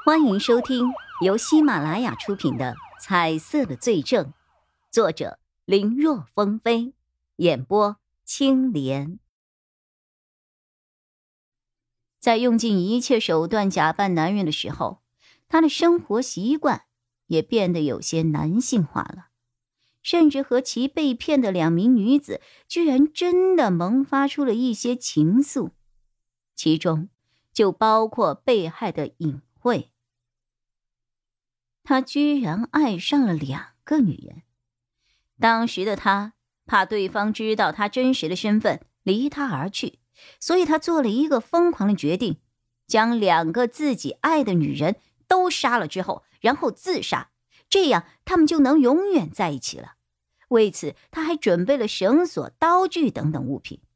欢迎收听由喜马拉雅出品的《彩色的罪证》，作者林若风飞，演播青莲。在用尽一切手段假扮男人的时候，他的生活习惯也变得有些男性化了，甚至和其被骗的2名女子居然真的萌发出了一些情愫，其中就包括被害的尹慧。他居然爱上了2个女人。当时的他怕对方知道他真实的身份，离他而去，所以他做了一个疯狂的决定，将2个自己爱的女人都杀了之后，然后自杀，这样他们就能永远在一起了。为此，他还准备了绳索、刀具等等物品。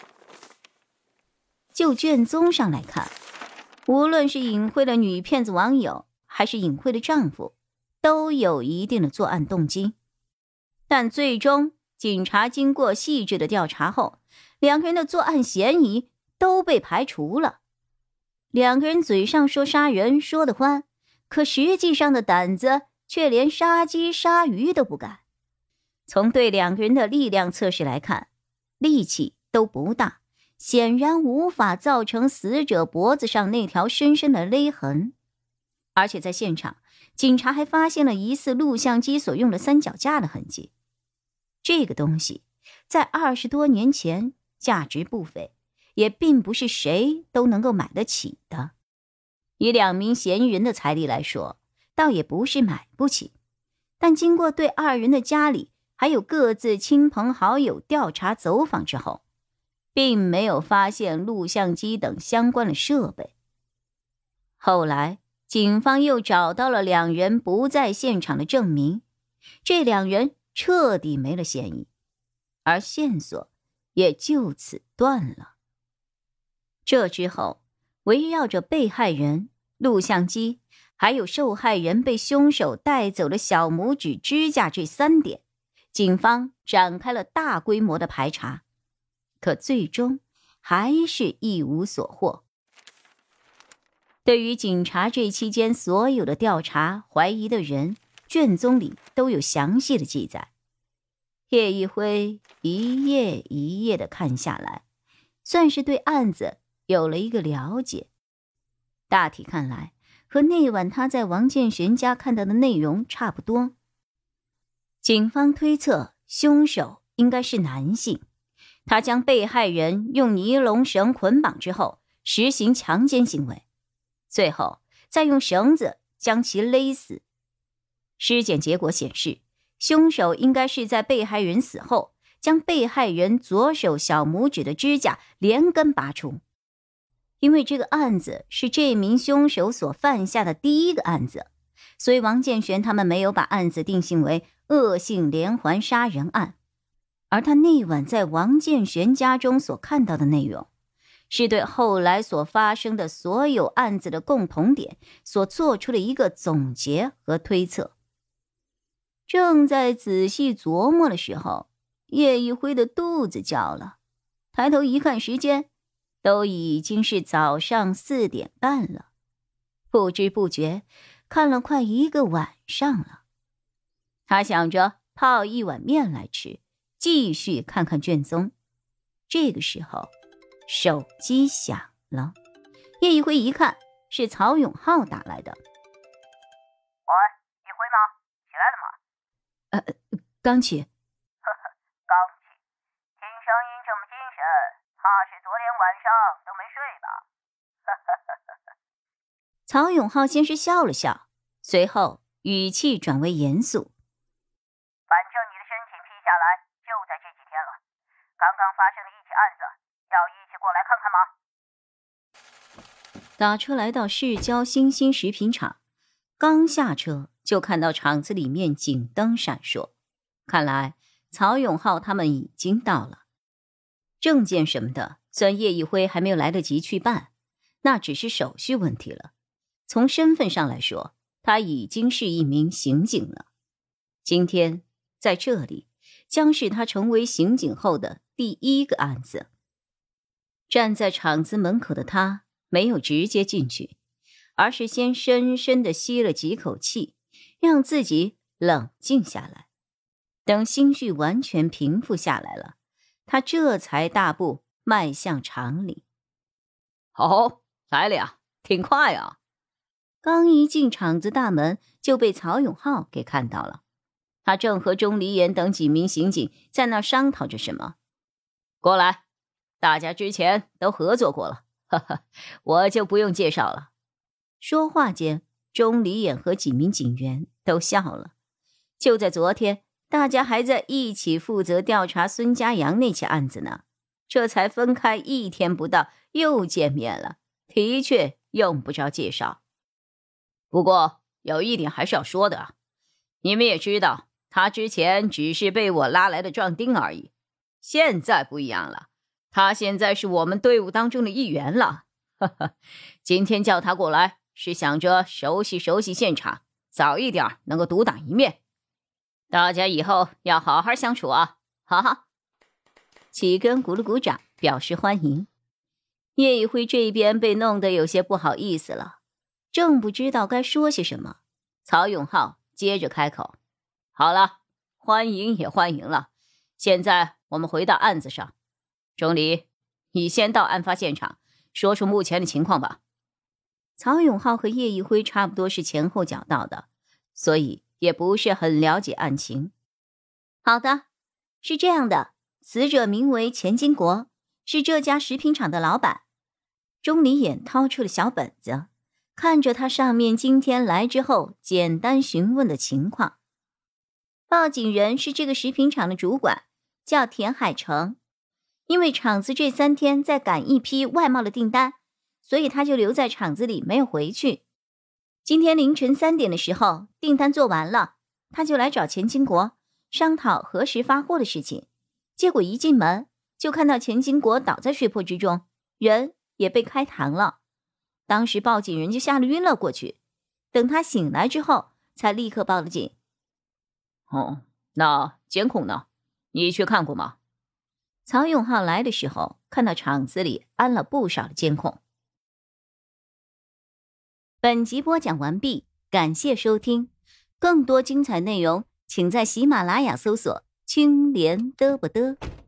就卷宗上来看，无论是尹慧的女骗子网友，还是尹慧的丈夫，都有一定的作案动机。但最终警察经过细致的调查后，2个人的作案嫌疑都被排除了。2个人嘴上说杀人说得欢，可实际上的胆子却连杀鸡杀鱼都不敢。从对2个人的力量测试来看，力气都不大，显然无法造成死者脖子上那条深深的勒痕。而且在现场，警察还发现了疑似录像机所用的3脚架的痕迹。这个东西在20多年前价值不菲，也并不是谁都能够买得起的。以2名嫌疑人的财力来说，倒也不是买不起。但经过对2人的家里还有各自亲朋好友调查走访之后，并没有发现录像机等相关的设备。后来警方又找到了2人不在现场的证明，这2人彻底没了嫌疑，而线索也就此断了。这之后，围绕着被害人、录像机，还有受害人被凶手带走的小拇指指甲这3点，警方展开了大规模的排查，可最终还是一无所获。对于警察这期间所有的调查怀疑的人，卷宗里都有详细的记载。叶一辉一页一页的看下来，算是对案子有了一个了解。大体看来，和那晚他在王建玄家看到的内容差不多。警方推测凶手应该是男性，他将被害人用尼龙绳捆绑之后，实行强奸行为，最后再用绳子将其勒死。尸检结果显示，凶手应该是在被害人死后，将被害人左手小拇指的指甲连根拔除。因为这个案子是这名凶手所犯下的第1个案子，所以王建玄他们没有把案子定性为恶性连环杀人案。而他那晚在王建玄家中所看到的内容，是对后来所发生的所有案子的共同点所做出的一个总结和推测。正在仔细琢磨的时候，叶一辉的肚子叫了，抬头一看时间，都已经是早上4点半了，不知不觉看了快1个晚上了。他想着泡一碗面来吃，继续看看卷宗。这个时候手机响了，叶一辉一看是曹永浩打来的。 喂，一辉吗？起来了吗？ 刚起。 刚起，听声音这么精神，怕是昨天晚上都没睡吧？ 曹永浩先是笑了笑，随后语气转为严肃。 反正你的申请批下来就在这几天了，刚刚发生的一起案子，要一起过来看看吗？ 打车来到市郊新兴食品厂，刚下车就看到厂子里面警灯闪烁，看来曹永浩他们已经到了。证件什么的，虽然叶一辉还没有来得及去办，那只是手续问题了。从身份上来说，他已经是一名刑警了。今天在这里将是他成为刑警后的第1个案子。站在厂子门口的他没有直接进去， 而是先深深地吸了几口气，让自己冷静下来。等心绪完全平复下来了，他这才大步迈向厂里。 哦，来了呀，挺快啊。 刚一进厂子大门，就被曹永浩给看到了。他正和钟离言等几名刑警在那商讨着什么。 过来，大家之前都合作过了，哈哈，我就不用介绍了。 说话间，钟离言和几名警员都笑了。就在昨天，大家还在一起负责调查孙家阳那起案子呢，这才分开1天不到，又见面了，的确用不着介绍。 不过有一点还是要说的啊，你们也知道，他之前只是被我拉来的壮丁而已，现在不一样了，他现在是我们队伍当中的一员了。哈哈，今天叫他过来，是想着熟悉熟悉现场，早一点能够独当一面。大家以后要好好相处啊，哈哈。 几个人鼓了鼓掌表示欢迎。叶一辉这边被弄得有些不好意思了，正不知道该说些什么。曹永浩接着开口： 好了，欢迎也欢迎了，现在我们回到案子上。钟离，你先到案发现场，说出目前的情况吧。 曹永浩和叶一辉差不多是前后脚到的，所以也不是很了解案情。好的，是这样的，死者名为钱金国，是这家食品厂的老板。钟离眼掏出了小本子，看着他上面今天来之后简单询问的情况。报警人是这个食品厂的主管，叫田海成。因为厂子这3天在赶一批外贸的订单，所以他就留在厂子里没有回去。今天凌晨3点的时候，订单做完了，他就来找钱金国商讨何时发货的事情。结果一进门就看到钱金国倒在血泊之中，人也被开膛了。当时报警人就吓得晕了过去，等他醒来之后才立刻报了警。 哦，那监控呢？你去看过吗？ 曹永浩来的时候看到厂子里安了不少的监控。本集播讲完毕，感谢收听。更多精彩内容请在喜马拉雅搜索青莲嘚不嘚。